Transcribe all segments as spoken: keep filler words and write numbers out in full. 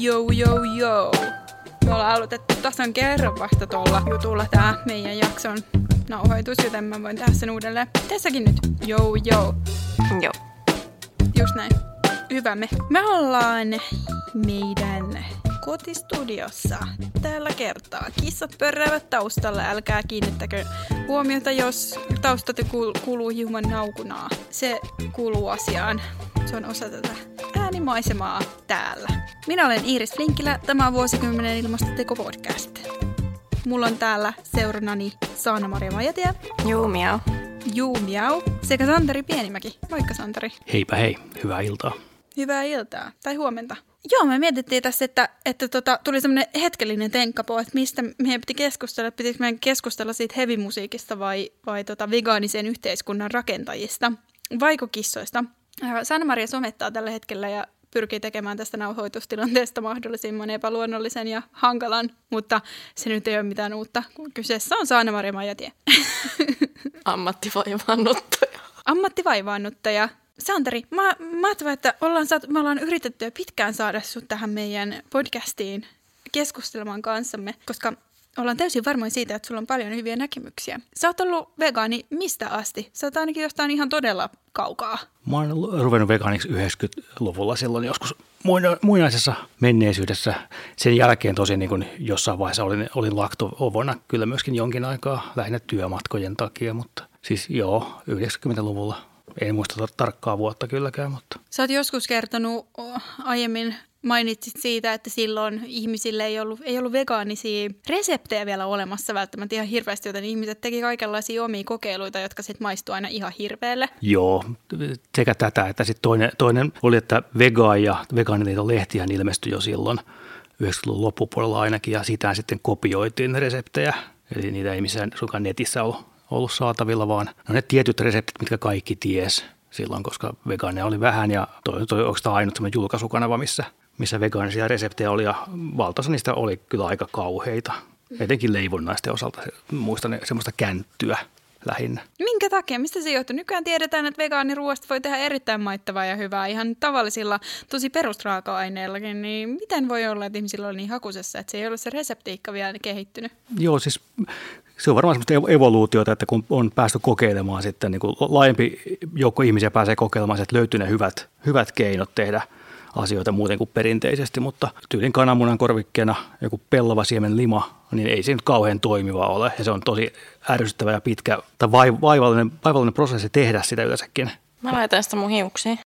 Joo, joo, joo. Me ollaan aloitettu tasan kerran vasta tuolla jutulla tää meidän jakson nauhoitus, joten mä voin tehdä sen uudelleen. Tässäkin nyt. Joo, joo. Joo. Just näin. Hyvä me. Me ollaan meidän kotistudiossa tällä kertaa. Kissat pörräävät taustalla. Älkää kiinnittäkö huomiota, jos taustat kuuluu hieman naukunaa. Se kuuluu asiaan. Se on osa tätä äänimaisemaa täällä. Minä olen Iiris Flinkkilä. Tämä on vuosikymmenen ilmastoteko-podcast. Mulla on täällä seurannani Saana-Maria Majatie. Juu, miau. Juu, miau. Sekä Santeri Pienimäki. Moikka, Santeri. Heipä hei. Hyvää iltaa. Hyvää iltaa. Tai huomenta. Joo, me mietittiin tässä, että, että tota, tuli semmoinen hetkellinen tenkkapo, että mistä meidän piti keskustella. Pitikö meidän keskustella siitä heavy-musiikista vai, vai tota vegaanisen yhteiskunnan rakentajista, vaiko kissoista. Saana-Maria somettaa tällä hetkellä ja pyrkii tekemään tästä nauhoitustilanteesta mahdollisimman epäluonnollisen ja hankalan, mutta se nyt ei ole mitään uutta. Kyseessä on Saana-Maria Majatie. Ammattivaivaannuttaja. Ammattivaivaannuttaja. Santeri, mä, mä ajattelin, että ollaan saatu, me ollaan yritetty jo pitkään saada sut tähän meidän podcastiin keskustelemaan kanssamme, koska ollaan täysin varmoin siitä, että sulla on paljon hyviä näkemyksiä. Sä oot ollut vegaani mistä asti? Sä oot ainakin jostain ihan todella kaukaa. Mä oon ruvennut vegaaniksi yhdeksänkymmentäluvulla silloin joskus muinaisessa menneisyydessä. Sen jälkeen tosin niin kun jossain vaiheessa olin, olin lakto-ovona kyllä myöskin jonkin aikaa, lähinnä työmatkojen takia, mutta siis joo, yhdeksänkymmentäluvulla. En muista tarkkaa vuotta kylläkään, mutta... Sä oot joskus kertonut aiemmin, mainitsit siitä, että silloin ihmisille ei ollut, ei ollut vegaanisia reseptejä vielä olemassa välttämättä ihan hirveästi, joten ihmiset teki kaikenlaisia omia kokeiluita, jotka sitten maistuu aina ihan hirveälle. Joo, sekä tätä, että sitten toinen, toinen oli, että Vegan ja Vegaaniliiton lehtihän ilmestyi jo silloin yhdeksänkymmentäluvun loppupuolella ainakin, ja sitä sitten kopioitiin reseptejä, eli niitä ei missään suinkaan netissä ollut. ollut saatavilla, vaan no ne tietyt reseptit, mitkä kaikki ties silloin, koska vegaaneja oli vähän ja toi, toi oikeastaan ainut semmoinen julkaisukanava, missä, missä vegaanisia reseptejä oli ja valtaosa niistä oli kyllä aika kauheita, etenkin leivonnaisten osalta, muistan semmoista känttyä lähinnä. Minkä takia? Mistä se johtuu? Nykyään tiedetään, että vegaaniruoasta voi tehdä erittäin maittavaa ja hyvää ihan tavallisilla, tosi perusraaka-aineillakin, niin miten voi olla, että ihmisillä oli niin hakusessa, että se ei ole se reseptiikka vielä kehittynyt? Joo, siis se on varmaan semmoista evoluutiota, että kun on päästy kokeilemaan sitten, niin kuin laajempi joukko ihmisiä pääsee kokeilemaan, että löytyy ne hyvät, hyvät keinot tehdä asioita muuten kuin perinteisesti, mutta tyylin kananmunan korvikkeena joku pellava siemen lima, niin ei se nyt kauhean toimiva ole. Ja se on tosi ärsyttävä ja pitkä tai vaivallinen, vaivallinen prosessi tehdä sitä yleensäkin. Mä laitan sitä mun hiuksiin.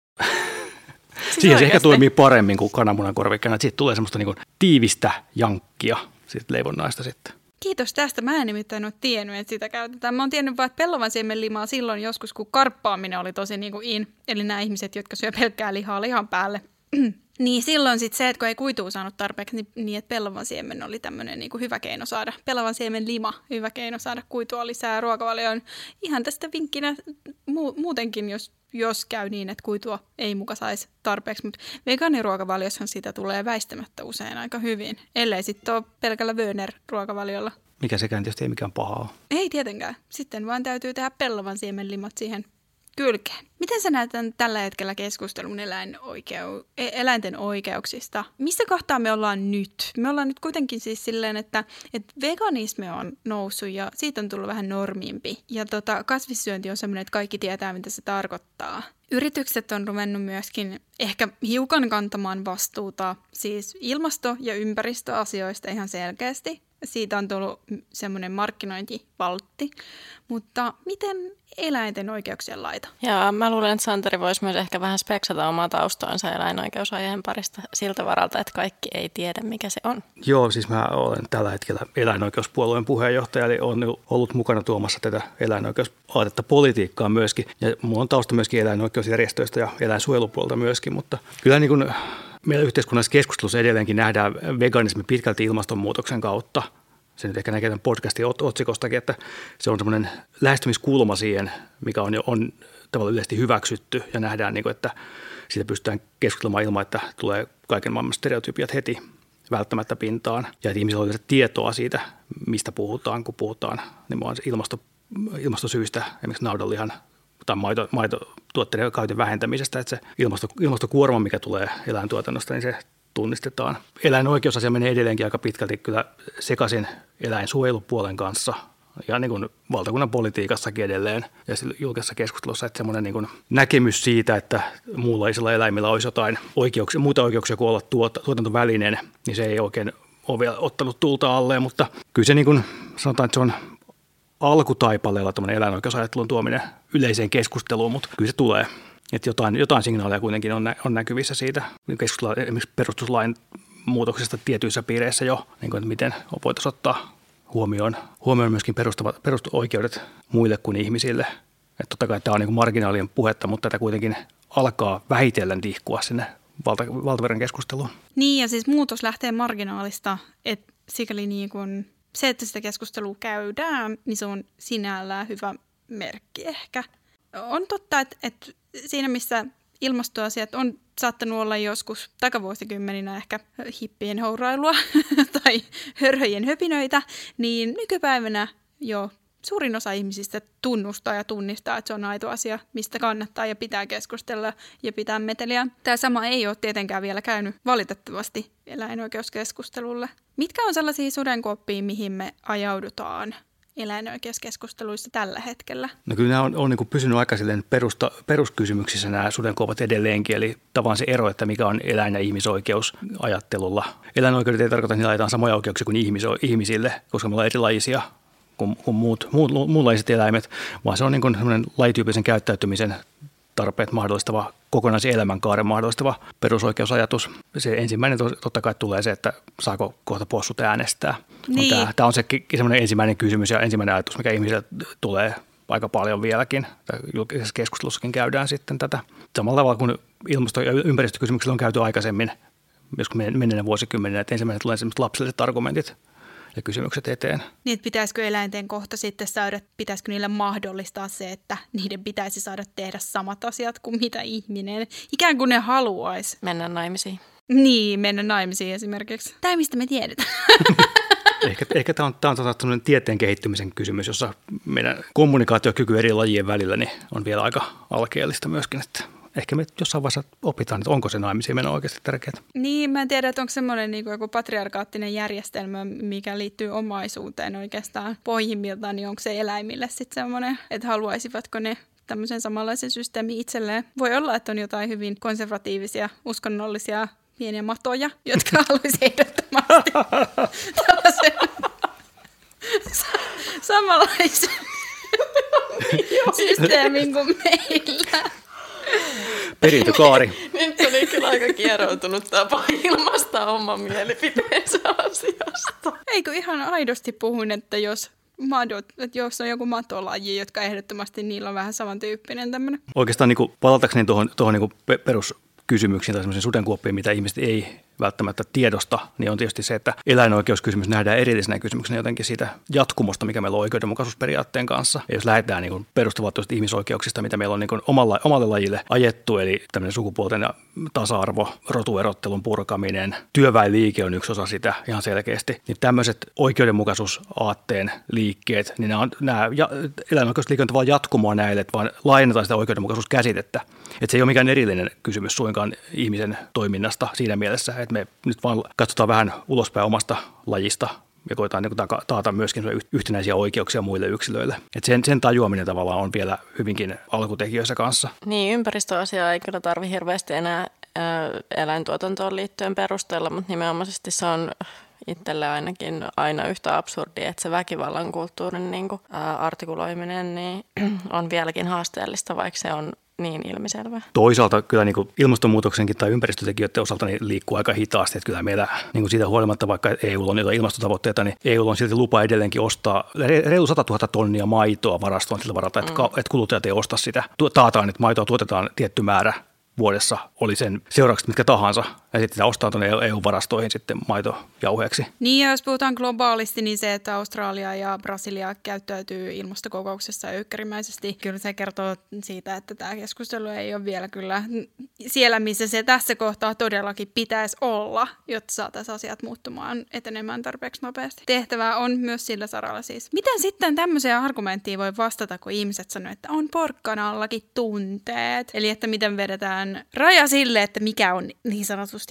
Siis Siihen se ehkä toimii paremmin kuin kananmunan korvikkeena, että siitä tulee semmoista niin kuin tiivistä jankkia siitä leivonnaista sitten. Kiitos tästä. Mä en nimittäin ole tiennyt, että sitä käytetään. Mä oon tiennyt vaan, että pellavan siemen limaa silloin joskus, kun karppaaminen oli tosi niin kuin in. Eli nämä ihmiset, jotka syö pelkkää lihaa lihan päälle. Niin silloin sitten se, että kun ei kuitua saanut tarpeeksi, niin, niin että pellavan siemen oli tämmöinen niin kuin hyvä keino saada. Pellavan siemen lima, hyvä keino saada kuitua lisää ruokavalioon. Ihan tästä vinkkinä mu- muutenkin, jos, jos käy niin, että kuitua ei muka saisi tarpeeksi. Mutta vegaaniruokavaliossahan sitä tulee väistämättä usein aika hyvin, ellei sitten ole pelkällä Wöner-ruokavaliolla. Mikä sekään tietysti ei mikään pahaa. Ei tietenkään. Sitten vaan täytyy tehdä pellavan siemen limat siihen kylkeen. Miten sä näet tällä hetkellä keskustelun eläinoikeu- eläinten oikeuksista? Missä kohtaa me ollaan nyt? Me ollaan nyt kuitenkin siis silleen, että, että veganismi on noussut ja siitä on tullut vähän normimpi. Ja tota, kasvissyönti on semmoinen, että kaikki tietää, mitä se tarkoittaa. Yritykset on ruvennut myöskin ehkä hiukan kantamaan vastuuta siis ilmasto- ja ympäristöasioista ihan selkeästi. Siitä on tullut semmoinen markkinointivaltti, mutta miten eläinten oikeuksien laita? Ja mä luulen, että Santeri voisi myös ehkä vähän speksata omaa taustaansa eläinoikeusaiheen parista siltä varalta, että kaikki ei tiedä, mikä se on. Joo, siis mä olen tällä hetkellä eläinoikeuspuolueen puheenjohtaja, eli olen ollut mukana tuomassa tätä eläinoikeusaatetta politiikkaa myöskin. Ja mulla on tausta myöskin eläinoikeusjärjestöistä ja eläinsuojelupuolta myöskin, mutta kyllä niin kuin meillä yhteiskunnallisessa keskustelussa edelleenkin nähdään veganismi pitkälti ilmastonmuutoksen kautta. Se nyt ehkä näkee tämän podcastin otsikostakin, että se on semmoinen lähestymiskulma siihen, mikä on jo on tavallaan yleisesti hyväksytty ja nähdään, että siitä pystytään keskustelemaan ilman, että tulee kaiken maailman stereotypiat heti välttämättä pintaan. Ja että ihmisillä on tietoa siitä, mistä puhutaan, kun puhutaan nimenomaan ilmasto, ilmastosyistä, esimerkiksi naudanlihan tai maito, maitotuotteiden käytön vähentämisestä, että se ilmasto, ilmastokuorma, mikä tulee eläintuotannosta, niin se tunnistetaan. Eläinoikeusasia menee edelleenkin aika pitkälti kyllä sekaisin eläinsuojelupuolen kanssa ja niin kuin valtakunnan politiikassakin edelleen ja julkisessa keskustelussa, että semmoinen niin kuin näkemys siitä, että muunlaisilla eläimillä olisi jotain oikeuksia, muita oikeuksia kuin olla tuot, tuotantovälineen, niin se ei oikein ole vielä ottanut tulta alleen, mutta kyllä se niin kuin sanotaan, että se on alkutaipaleella tämmöinen eläinoikeusajattelun tuominen yleiseen keskusteluun, mutta kyllä se tulee. Että jotain, jotain signaaleja kuitenkin on, nä, on näkyvissä siitä. Keskustellaan esimerkiksi perustuslain muutoksesta tietyissä piireissä jo, niin kuin, että miten voitaisiin ottaa huomioon, huomioon myöskin perusoikeudet muille kuin ihmisille. Että totta kai tämä on niin kuin marginaalien puhetta, mutta tätä kuitenkin alkaa vähitellen tihkua sinne valta, valtaverran keskusteluun. Niin ja siis muutos lähtee marginaalista, että sikäli niin kuin se, että sitä keskustelua käydään, niin se on sinällään hyvä merkki ehkä. On totta, että, että siinä missä ilmastoasiat on saattanut olla joskus takavuosikymmeninä ehkä hippien hourailua tai hörhöjen höpinöitä, niin nykypäivänä jo suurin osa ihmisistä tunnustaa ja tunnistaa, että se on aito asia, mistä kannattaa ja pitää keskustella ja pitää meteliä. Tämä sama ei ole tietenkään vielä käynyt valitettavasti eläinoikeuskeskustelulle. Mitkä on sellaisia sudenkuoppia, mihin me ajaudutaan eläinoikeuskeskusteluissa tällä hetkellä? No kyllä nämä on, on niin kuin pysynyt aika perusta, peruskysymyksissä nämä sudenkuopat edelleenkin, eli tavallaan se ero, että mikä on eläin- ja ihmisoikeus ajattelulla. Eläinoikeudet ei tarkoita, että niillä laitetaan samoja oikeuksia kuin ihmiso, ihmisille, koska me ollaan erilaisia kuin, kuin muut, muut, muunlaiset eläimet, vaan se on niin kuin semmoinen lajityypillisen käyttäytymisen tarpeet mahdollistava, kokonaisen elämänkaaren mahdollistava perusoikeusajatus. Se ensimmäinen totta kai tulee se, että saako kohta possut äänestää. Niin. Tämä, tämä on se semmoinen ensimmäinen kysymys ja ensimmäinen ajatus, mikä ihmisille tulee aika paljon vieläkin. Julkisessa keskustelussakin käydään sitten tätä. Samalla tavalla kuin ilmasto- ja ympäristökysymyksillä on käyty aikaisemmin, joskus menneenä vuosikymmeninä, että ensimmäinen tulee sellaiset lapselliset argumentit ja kysymykset eteen. Niin, että pitäisikö eläinten kohta sitten saada, pitäisikö niille mahdollistaa se, että niiden pitäisi saada tehdä samat asiat kuin mitä ihminen, ikään kuin ne haluaisi. Mennä naimisiin. Niin, mennä naimisiin esimerkiksi. Tai mistä me tiedetään. Ehkä, ehkä tämä on, tämä on sellainen tieteen kehittymisen kysymys, jossa meidän kommunikaatiokyky eri lajien välillä niin on vielä aika alkeellista myöskin, että ehkä me jossain vaiheessa opitaan, että onko se naimisiin meno oikeasti tärkeää. Niin, mä en tiedä, että onko semmoinen niin kuin joku patriarkaattinen järjestelmä, mikä liittyy omaisuuteen oikeastaan pohjimmiltaan, niin onko se eläimille sitten semmoinen, että haluaisivatko ne tämmöisen samanlaisen systeemin itselleen. Voi olla, että on jotain hyvin konservatiivisia, uskonnollisia pieniä matoja, jotka haluaisi ehdottomasti tällaisen samanlaisen systeemin kuin meillä. Perintökaari. Nyt oli kyllä aika kieroutunut tapa ilmaista oma mielipiteensä asiasta. Eikö ihan aidosti puhun, että jos, madot, että jos on joku matolaji, jotka ehdottomasti niillä on vähän samantyyppinen tämmöinen. Oikeastaan niin palatakseni tuohon, tuohon niin peruskysymyksiin tai semmoisiin sudenkuoppiin, mitä ihmiset ei välttämättä tiedosta, niin on tietysti se, että eläinoikeuskysymys nähdään erillisenä kysymyksenä jotenkin siitä jatkumosta, mikä meillä on oikeudenmukaisuusperiaatteen kanssa. Ja jos lähdetään niin perustavallisuudesta ihmisoikeuksista, mitä meillä on niin omalla, omalle lajille ajettu, eli tämmöinen sukupuolten ja tasa-arvo, rotuerottelun purkaminen, työväenliike on yksi osa sitä ihan selkeästi, niin tämmöiset oikeudenmukaisuusaatteen liikkeet, niin nämä, on, nämä eläinoikeusliike on tavallaan jatkumoa näille, että vaan laajennetaan sitä oikeudenmukaisuuskäsitettä. Että se ei ole mikään erillinen kysymys suinkaan ihmisen toiminnasta siinä mielessä, että me nyt vaan katsotaan vähän ulospäin omasta lajista ja koetaan niin kuin taata myöskin yhtenäisiä oikeuksia muille yksilöille. Että sen, sen tajuaminen tavallaan on vielä hyvinkin alkutekijöissä kanssa. Niin, ympäristöasiaa ei kyllä tarvitse hirveästi enää eläintuotantoon liittyen perustella, mutta nimenomaisesti se on itselle ainakin aina yhtä absurdia, että se väkivallan kulttuurin niin kuin, ää, artikuloiminen niin on vieläkin haasteellista, vaikka se on niin ilmiselvä. Toisaalta kyllä niin kuin ilmastonmuutoksenkin tai ympäristötekijöiden osalta niin liikkuu aika hitaasti. Että kyllä meillä niin kuin siitä huolimatta, vaikka E U:lla on jotain ilmastotavoitteita, niin E U:lla on silti lupa edelleenkin ostaa reilu sata tuhatta tonnia maitoa varastoon sillä varalta, että, mm. että kuluttajat ei osta sitä. Taataan, että maitoa tuotetaan tietty määrä vuodessa, oli sen seuraukset mitkä tahansa, ja sitten ostaa tuonne E U-varastoihin sitten maitojauheeksi. Niin, ja jos puhutaan globaalisti, niin se, että Australia ja Brasilia käyttäytyy ilmastokokouksessa ykkärimäisesti, kyllä se kertoo siitä, että tämä keskustelu ei ole vielä kyllä siellä, missä se tässä kohtaa todellakin pitäisi olla, jotta saataisiin asiat muuttumaan etenemään tarpeeksi nopeasti. Tehtävää on myös sillä saralla siis. Miten sitten tämmöiseen argumenttiin voi vastata, kun ihmiset sanoo, että on porkkanallakin tunteet, eli että miten vedetään raja sille, että mikä on niin sanotusti joku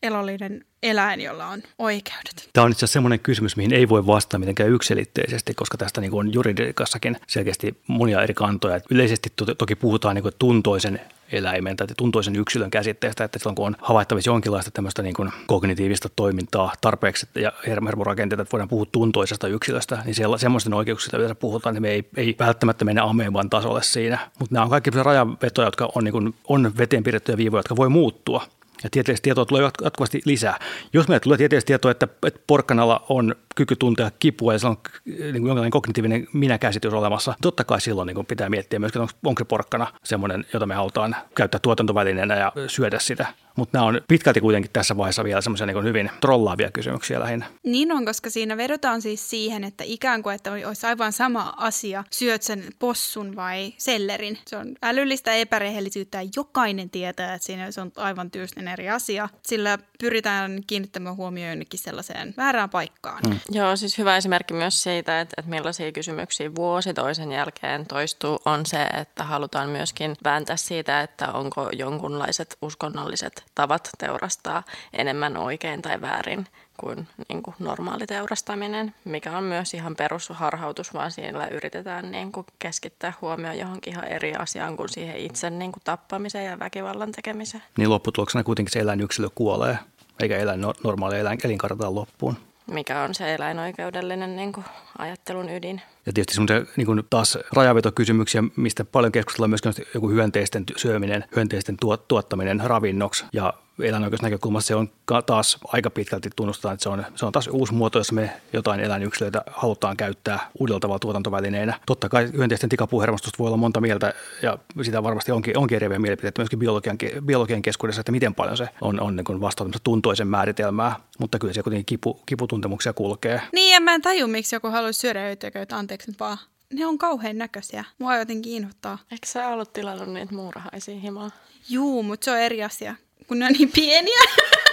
elollinen eläin, jolla on oikeudet? Tämä on itse asiassa semmoinen kysymys, mihin ei voi vastata mitenkään yksiselitteisesti, koska tästä niin kuin on juridikassakin selkeästi monia eri kantoja. Yleisesti to- toki puhutaan niin kuin tuntoisen eläimen tai tuntoisen yksilön käsitteestä, että silloin kun on havaittavissa jonkinlaista tämmöistä niin kuin kognitiivista toimintaa tarpeeksi ja hermorakenteita, että voidaan puhua tuntoisesta yksilöstä, niin siellä semmoisten oikeuksista yleensä puhutaan, että me ei, ei välttämättä mennä ameeban tasolle siinä. Mutta nämä on kaikki rajanvetoja, jotka on, niin kuin, on veteen piirrettyjä viivoja, jotka voi muuttua. Ja tieteellistä tietoa tulee jatkuvasti lisää. Jos meille tulee tieteellistä tietoa, että, että porkkanalla on kyky tuntea kipua ja sillä on niin kuin jonkinlainen kognitiivinen minäkäsitys olemassa, totta kai silloin niin kuin pitää miettiä myös, että onko se porkkana semmoinen, jota me halutaan käyttää tuotantovälineenä ja syödä sitä. Mutta nämä on pitkälti kuitenkin tässä vaiheessa vielä semmoisia niin kuin hyvin trollaavia kysymyksiä lähinnä. Niin on, koska siinä vedotaan siis siihen, että ikään kuin, että olisi aivan sama asia, syöt sen possun vai sellerin. Se on älyllistä epärehellisyyttä ja jokainen tietää, että siinä se on aivan tyystin eri asia. Sillä pyritään kiinnittämään huomioon jonnekin sellaiseen väärään paikkaan. Hmm. Joo, siis hyvä esimerkki myös siitä, että, että millaisia kysymyksiä vuosi toisen jälkeen toistuu, on se, että halutaan myöskin vääntää siitä, että onko jonkunlaiset uskonnolliset tavat teurastaa enemmän oikein tai väärin kuin, niin kuin normaali teurastaminen, mikä on myös ihan perusharhautus, vaan siellä yritetään niin kuin keskittää huomioon johonkin ihan eri asiaan kuin siihen itse niin kuin tappamiseen ja väkivallan tekemiseen. Niin lopputuloksena kuitenkin se eläinyksilö kuolee, eikä eläin normaali eläin elinkaartaan loppuun. Mikä on se eläinoikeudellinen niin kuin ajattelun ydin. Ja tietysti semmoisia niin kuin taas rajavetokysymyksiä, mistä paljon keskustellaan myöskin joku hyönteisten syöminen, hyönteisten tuot, tuottaminen ravinnoksi. Ja eläinoikeusnäkökulmassa se on taas aika pitkälti tunnustetaan, että se on, se on taas uusi muoto, jossa me jotain eläinyksilöitä halutaan käyttää uudella tavalla tuotantovälineenä. Totta kai hyönteisten tikapuuhermostusta voi olla monta mieltä ja sitä varmasti onkin, onkin eriäviä mielipiteitä myöskin biologian, biologian keskuudessa, että miten paljon se on, on niin vastautumassa tuntoisen määritelmää, mutta kyllä se kuitenkin kipu, kiputuntemuksia kulkee. Niin, ja mä en taju, miksi joku haluaisi syödä öitököitä, anteeksi nyt vaan. Ne on kauhean näköisiä. Mua jotenkin inhottaa. Eikö sä ollut tilannut niitä muurahaisia himaa? Juu, mutta se on eri asia, kun ne on niin pieniä.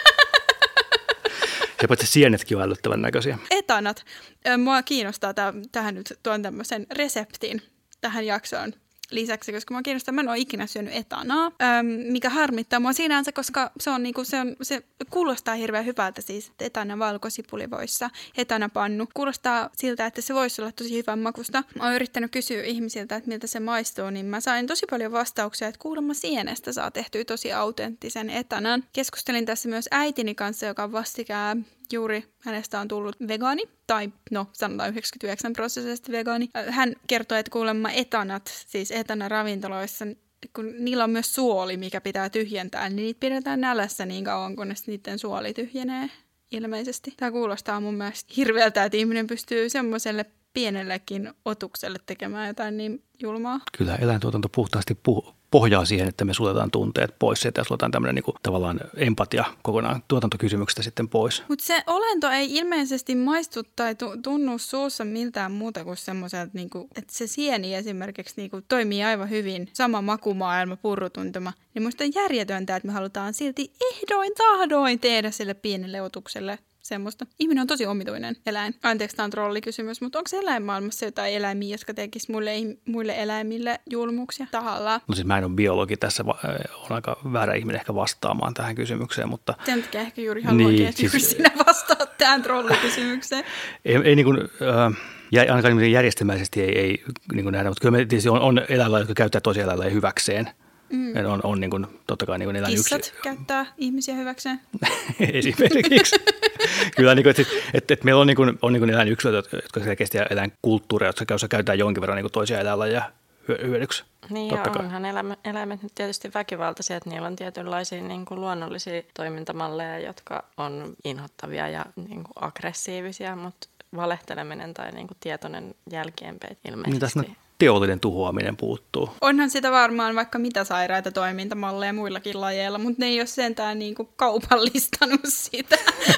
Ja paitsi sienetkin on älyttävän näköisiä. Etanat. Mua kiinnostaa täm, tähän nyt tuon tämmöisen reseptin tähän jaksoon lisäksi, koska mua kiinnostaa, mä en ole ikinä syönyt etanaa, mikä harmittaa mua sinänsä, koska se, on, niinku, se, on, se kuulostaa hirveän hyvältä siis etana valkosipulivoissa, etanapannu. Kuulostaa siltä, että se voisi olla tosi hyvän makusta. Mä oon yrittänyt kysyä ihmisiltä, että miltä se maistuu, niin mä sain tosi paljon vastauksia, että kuulemma sienestä saa tehtyä tosi autenttisen etanan. Keskustelin tässä myös äitini kanssa, joka on vastikään juuri hänestä on tullut vegaani, tai no sanotaan yhdeksänkymmentäyhdeksän prosenttisesti vegaani. Hän kertoi, että kuulemma etanat, siis etanaravintoloissa, kun niillä on myös suoli, mikä pitää tyhjentää, niin niitä pidetään nälässä niin kauan, kunnes niiden suoli tyhjenee ilmeisesti. Tämä kuulostaa mun mielestä hirveältä, että ihminen pystyy semmoiselle pienellekin otukselle tekemään jotain niin julmaa. Kyllä eläintuotanto puhtaasti puh- pohjaa siihen, että me suljetaan tunteet pois, että suljetaan tämmöinen niin kuin, tavallaan empatia kokonaan tuotantokysymyksestä sitten pois. Mutta se olento ei ilmeisesti maistu tai tunnu suussa miltään muuta kuin semmoiselta, niinku, että se sieni esimerkiksi niinku, toimii aivan hyvin. Sama makumaailma, purrutuntuma. Niin musta on järjetöntä, että me halutaan silti ehdoin tahdoin tehdä sille pienelle otukselle semmoista. Ihminen on tosi omituinen eläin. Anteeksi, tämä on trollikysymys, mutta onko eläinmaailmassa jotain eläimiä, jotka tekisivät muille, muille eläimille julmuuksia tahallaan? No siis mä en ole biologi tässä, on aika väärä ihminen ehkä vastaamaan tähän kysymykseen, mutta... Sen takia ehkä juuri haluankin, niin, että siis... sinä vastaat tähän trollikysymykseen. ei, ei niin kuin... Äh... ainakaan järjestelmällisesti ei, ei niin kuin nähdä, mutta kyllä me tietysti on, on eläinlajeja, jotka käyttää tosi eläinlajeja hyväkseen. Mm. On, on niin kuin, totta kai niin eläin Kissat yksi... käyttää ihmisiä hyväkseen. Esimerkiksi. Kyllä, niin kuin, että, että, että meillä on, niin kuin, on niin kuin eläinyksilöitä, jotka selkeästi eläinkulttuureja, jotka käytetään jonkin verran niin kuin toisia eläinlajeja hyödyksi. Niin, ja onhan eläimet nyt tietysti väkivaltaisia, että niillä on tietynlaisia niin kuin luonnollisia toimintamalleja, jotka on inhottavia ja niin kuin aggressiivisia, mutta valehteleminen tai niin kuin tietoinen jälkienpeit ilmeisesti... Niin teollinen tuhoaminen puuttuu. Onhan sitä varmaan vaikka mitä sairaita toimintamalleja muillakin lajeilla, mutta ne ei ole sentään niin kuin kaupallistanut sitä.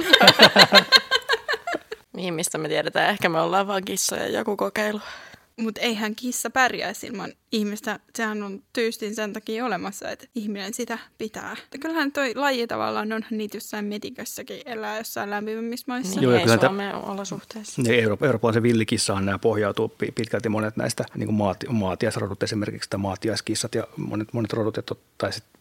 Mihin mistä me tiedetään? Ehkä me ollaan vaan kissoja joku kokeilu. Mutta eihän kissa pärjäisi ilman ihmistä. Sehän on tyystin sen takia olemassa, että ihminen sitä pitää. Ja kyllähän toi laji tavallaan onhan niitä jossain metikössäkin elää jossain lämpimämmissä maissa. Niin, ei Suomen olosuhteissa. Niin, Euroopan, eurooppalaisen villikissahan nämä pohjautuu pitkälti monet näistä niin kuin maati, maatiaisrodut esimerkiksi, tai maatiaiskissat ja monet, monet rodut, tai sitten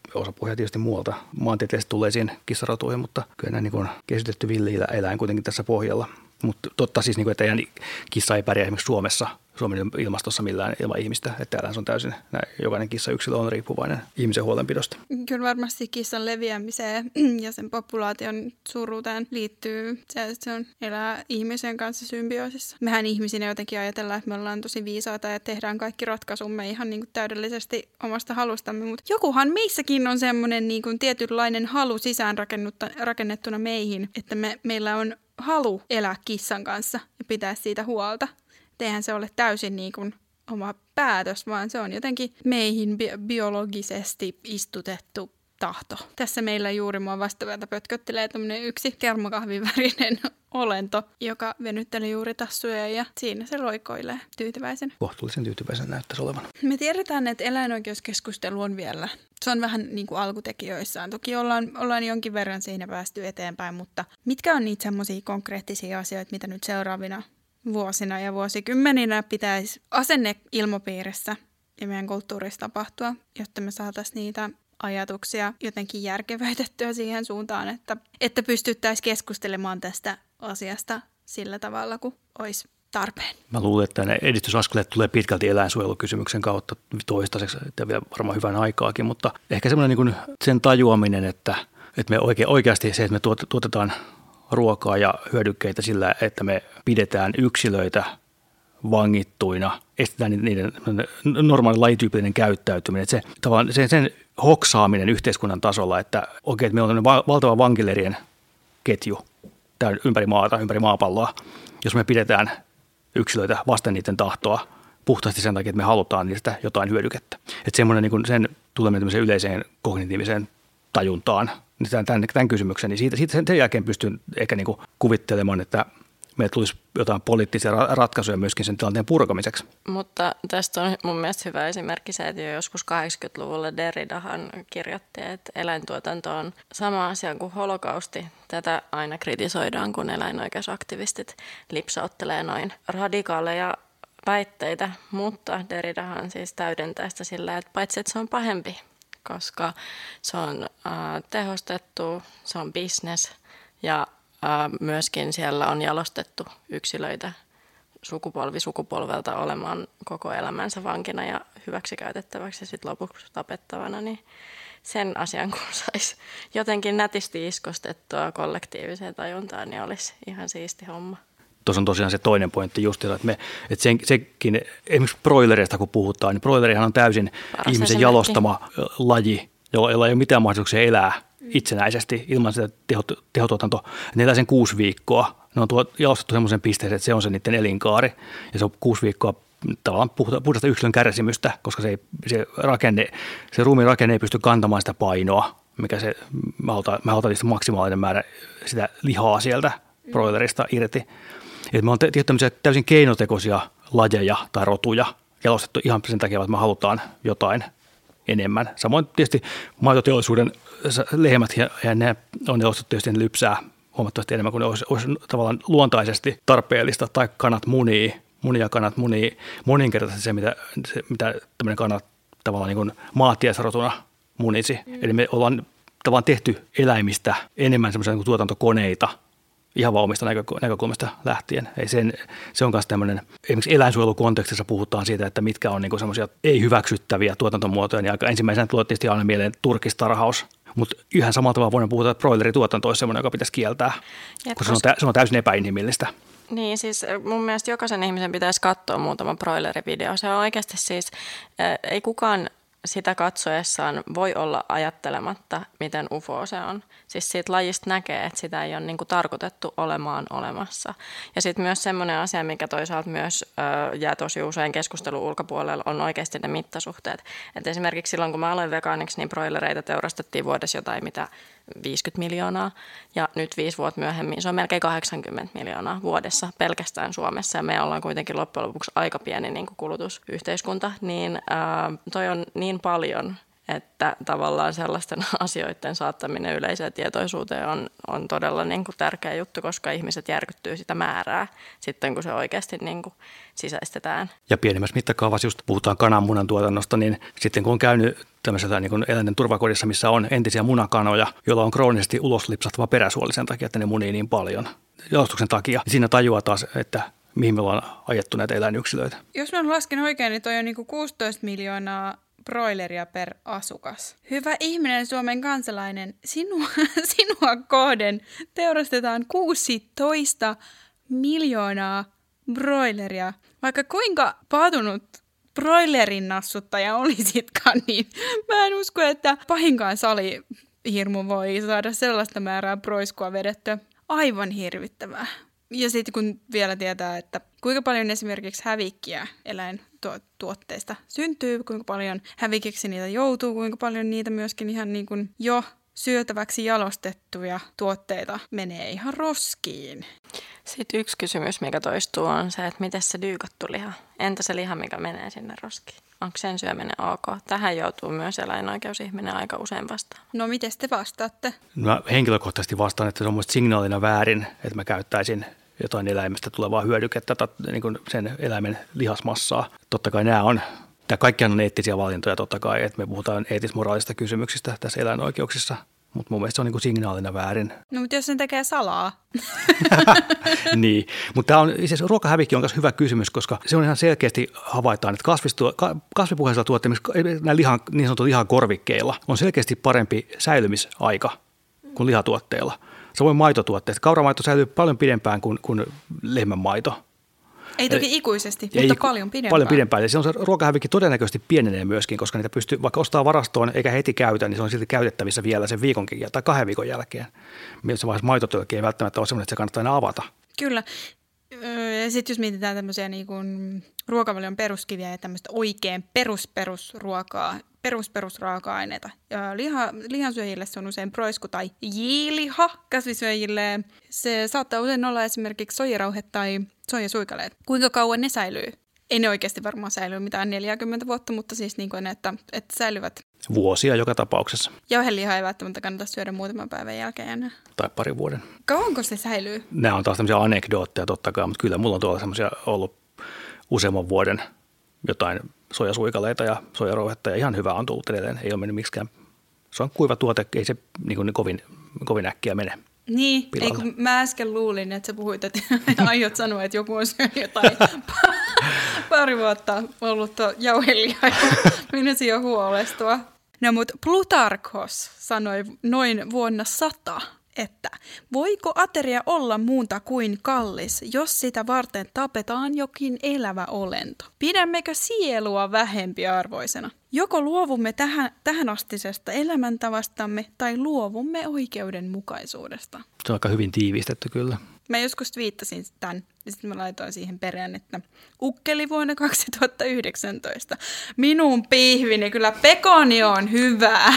osa pohjaa tietysti muualta maantieteellisesti tulleisiin kissarotuihin, mutta kyllä nämä niin kesytetty villi-eläin kuitenkin tässä pohjalla. Mutta totta siis, että kissa ei pärjää esimerkiksi Suomessa, Suomen ilmastossa millään ilman ihmistä, että täällä se on täysin, jokainen kissayksilö on riippuvainen ihmisen huolenpidosta. Kyllä varmasti kissan leviämiseen ja sen populaation suuruuteen liittyy se, että se on elää ihmisen kanssa symbioosissa. Mehän ihmisinä jotenkin ajatellaan, että me ollaan tosi viisaita ja tehdään kaikki ratkaisumme ihan niin kuin täydellisesti omasta halustamme, mutta jokuhan meissäkin on semmoinen niin kuin tietynlainen halu sisään rakennettuna meihin, että me, meillä on halu elää kissan kanssa ja pitää siitä huolta. Eihän se ole täysin niin kuin oma päätös, vaan se on jotenkin meihin bi- biologisesti istutettu tahto. Tässä meillä juuri mua vastaväältä pötköttelee tämmöinen yksi kermakahvin värinen olento, joka venytteli juuri tassuja ja siinä se loikoilee tyytyväisen. Kohtuullisen tyytyväisen näyttäisi olevan. Me tiedetään, että eläinoikeuskeskustelu on vielä, se on vähän niin kuin alkutekijöissään. Toki ollaan, ollaan jonkin verran siinä päästy eteenpäin, mutta mitkä on niitä semmoisia konkreettisia asioita, mitä nyt seuraavina vuosina ja vuosikymmeninä pitäisi asenneilmapiirissä ja meidän kulttuurissa tapahtua, jotta me saataisiin niitä ajatuksia jotenkin järkevöitettyä siihen suuntaan, että, että pystyttäisiin keskustelemaan tästä asiasta sillä tavalla, kuin olisi tarpeen. Mä luulen, että ne edistysaskeleet tulee pitkälti eläinsuojelukysymyksen kautta toistaiseksi, että vielä varmaan hyvän aikaakin, mutta ehkä semmoinen niin kuin sen tajuaminen, että, että me oikein, oikeasti se, että me tuotetaan ruokaa ja hyödykkeitä sillä, että me pidetään yksilöitä vangittuina, estetään niiden normaali lajityypillinen käyttäytyminen. Että se, tavallaan sen, sen hoksaaminen yhteiskunnan tasolla, että oikein, että meillä on valtava vankileirien ketju ympäri maata, ympäri maapalloa, jos me pidetään yksilöitä vasten niiden tahtoa puhtaasti sen takia, että me halutaan niistä jotain hyödykettä. Että semmoinen niin kuin sen tuleminen tämmöiseen yleiseen kognitiiviseen tajuntaan, niin tämän, tämän kysymyksen, niin siitä, siitä sen jälkeen pystyn ehkä niin kuin kuvittelemaan, että meillä tulisi jotain poliittisia ratkaisuja myöskin sen tilanteen purkamiseksi. Mutta tästä on mun mielestä hyvä esimerkki se, että jo joskus kahdeksankymmentäluvulla Derridahan kirjoitti, että eläintuotanto on sama asia kuin holokausti. Tätä aina kritisoidaan, kun eläinoikeusaktivistit lipsauttelee noin radikaaleja väitteitä, mutta Derridahan siis täydentää sitä sillä, että paitsi että se on pahempi, koska se on äh, tehostettu, se on business ja äh, myöskin siellä on jalostettu yksilöitä sukupolvi sukupolvelta olemaan koko elämänsä vankina ja hyväksikäytettäväksi ja sitten lopuksi tapettavana, niin sen asian kun saisi jotenkin nätisti iskostettua kollektiiviseen tajuntaan, niin olisi ihan siisti homma. Tuossa on tosiaan se toinen pointti just, että, me, että sen, sekin, esimerkiksi broilereista kun puhutaan, niin broilerihan on täysin Paras ihmisen jalostama laji, jolla ei ole mitään mahdollisuuksia elää itsenäisesti ilman sitä teho, tehotuotantoa. Ne elää sen kuusi viikkoa. Ne on tuo, jalostettu semmoisen pisteeseen, että se on se niiden elinkaari ja se on kuusi viikkoa tavallaan puhdasta yksilön kärsimystä, koska se, ei, se, rakenne, se ruumiin rakenne ei pysty kantamaan sitä painoa, mikä se, mä halutaan, mä halutaan maksimaalinen määrä sitä lihaa sieltä broilerista irti. Et me on tehty tämmöisiä täysin keinotekoisia lajeja tai rotuja jalostettu ihan sen takia, että me halutaan jotain enemmän. Samoin tietysti maitoteollisuuden lehmät ja ne on jalostettu tietysti lypsää huomattavasti enemmän kuin ne olisi, olisi tavallaan luontaisesti tarpeellista. Tai kanat munii, munia kanat munii moninkertaisesti se, mitä, se, mitä tämmöinen kanat tavallaan niin kuin maatiaisrotuna munisi. Mm. Eli me ollaan tavallaan tehty eläimistä enemmän semmoisia niin kuin tuotantokoneita, ihan vaan omista näkökulmasta lähtien. Ei sen, se on myös tämmöinen, esimerkiksi eläinsuojelukontekstissa puhutaan siitä, että mitkä on niinku semmoisia ei-hyväksyttäviä tuotantomuotoja, niin aika ensimmäisenä tulee tietysti aina mieleen turkistarhaus, mutta ihan samalla tavalla voidaan puhuta, että broilerituotanto olisi semmoinen, joka pitäisi kieltää, koska, koska... Se, on tä, se on täysin epäinhimillistä. Niin, siis mun mielestä jokaisen ihmisen pitäisi katsoa muutama broilerivideo. Se on oikeasti siis, ei kukaan sitä katsoessaan voi olla ajattelematta, miten ufo se on. Siis siitä lajista näkee, että sitä ei ole niin kuin tarkoitettu olemaan olemassa. Ja sitten myös semmoinen asia, mikä toisaalta myös ö, jää tosi usein keskustelun ulkopuolella, on oikeasti ne mittasuhteet. Et esimerkiksi silloin, kun mä aloin vegaaniksi, niin broilereita teurastettiin vuodessa jotain mitä viisikymmentä miljoonaa. Ja nyt viisi vuotta myöhemmin se on melkein kahdeksankymmentä miljoonaa vuodessa pelkästään Suomessa. Ja me ollaan kuitenkin loppujen lopuksi aika pieni niin kuin kulutusyhteiskunta. Niin ö, toi on niin paljon, että tavallaan sellaisten asioiden saattaminen yleiseen tietoisuuteen on, on todella niin kuin tärkeä juttu, koska ihmiset järkyttyy sitä määrää sitten, kun se oikeasti niin kuin sisäistetään. Ja pienemmässä mittakaavassa, just puhutaan kananmunan tuotannosta, niin sitten kun on käynyt tämmöisellä niin kuin eläinten turvakodissa, missä on entisiä munakanoja, joilla on kroonisesti uloslipsahtava peräsuoli sen takia, että ne munii niin paljon jalostuksen takia, niin siinä tajuaa taas, että mihin me ollaan ajettu näitä eläinyksilöitä. Jos mä lasken oikein, niin toi on niinku kuusitoista miljoonaa broileria per asukas. Hyvä ihminen, Suomen kansalainen, sinua, sinua kohden teurastetaan kuusitoista miljoonaa broileria. Vaikka kuinka paatunut broilerin nassuttaja olisitkaan, niin mä en usko, että pahinkaan salihirmu voi saada sellaista määrää broiskua vedettyä. Aivan hirvittävää. Ja sitten kun vielä tietää, että kuinka paljon esimerkiksi hävikkiä eläintuotteista syntyy, kuinka paljon hävikiksi niitä joutuu, kuinka paljon niitä myöskin ihan niin kuin jo syötäväksi jalostettuja tuotteita menee ihan roskiin. Sitten yksi kysymys, mikä toistuu, on se, että miten se dyykattu liha? Entä se liha, mikä menee sinne roskiin? Onko sen syöminen ok? Tähän joutuu myös eläinoikeusihminen aika usein vastaan. No miten te vastaatte? Mä henkilökohtaisesti vastaan, että se on musta signaalina väärin, että mä käyttäisin jotain eläimestä tulevaa hyödykettä tai niin kuin sen eläimen lihasmassaa. Totta kai nämä on, tämä kaikkihan on eettisiä valintoja totta kai, että me puhutaan eettis-moraalisista kysymyksistä tässä eläinoikeuksissa. Mutta mun mielestä se on niinku signaalina väärin. No mutta jos sen tekee salaa. Niin, mutta tämä on, siis ruokahävikki on myös hyvä kysymys, koska se on ihan selkeästi havaitaan, että kasvipohjaisilla tuotteilla, nämä lihan, niin sanotut lihakorvikkeilla, on selkeästi parempi säilymisaika kuin lihatuotteilla. Samoin maitotuotteet. Kauramaito säilyy paljon pidempään kuin, kuin lehmänmaito. Ei toki ikuisesti, mutta Ei, paljon pidempään. Paljon pidempään. Ja se on se ruokahävikki todennäköisesti pienenee myöskin, koska niitä pystyy, vaikka ostaa varastoon eikä heti käytä, niin se on silti käytettävissä vielä sen viikonkin tai kahden viikon jälkeen. Mielessä vaiheessa maitotölkki ei välttämättä ole sellainen, että se kannattaa enää avata. Kyllä. Ja sitten jos mietitään tämmöisiä niin kuin ruokavalion peruskiviä ja tämmöistä oikein perus-perusruokaa, perus-perusraaka-aineita. Ja liha, lihansyöjille se on usein broisku tai jiiliha. Kasvisyöjille se saattaa usein olla esimerkiksi soijarauhe tai soijasuikaleet. Kuinka kauan ne säilyy? Ei ne oikeasti varmaan säilyy mitään neljäkymmentä vuotta, mutta siis niin kuin, että, että säilyvät. Vuosia joka tapauksessa. Jauhelihaa ei välttämättä kannata syödä muutaman päivän jälkeen enää. Tai parin vuoden. Kauanko se säilyy? Nämä on taas tämmöisiä anekdootteja totta kai, mutta kyllä mulla on tuolla semmoisia ollut useamman vuoden jotain sojasuikaleita ja soijarouhetta ja ihan hyvä on tullut edelleen. Ei ole mennyt miksikään. Se on kuiva tuote, ei se niin kuin, niin kovin, kovin äkkiä mene. Niin, ei kun mä äsken luulin, että sä puhuit, että aiot sanoa, että joku on syönyt jotain pari vuotta ollut jauhelihaa ja minäsi jo huolestua. No mutta Plutarkos sanoi noin vuonna sata, että voiko ateria olla muuta kuin kallis, jos sitä varten tapetaan jokin elävä olento? Pidämmekö sielua vähempiarvoisena? Joko luovumme tähän, tähänastisesta elämäntavastamme tai luovumme oikeudenmukaisuudesta? Se on aika hyvin tiivistetty kyllä. Mä joskus viittasin tämän ja sitten mä laitoin siihen perään, että ukkeli vuonna kaksituhattayhdeksäntoista. Minun pihvini, kyllä pekoni on hyvää.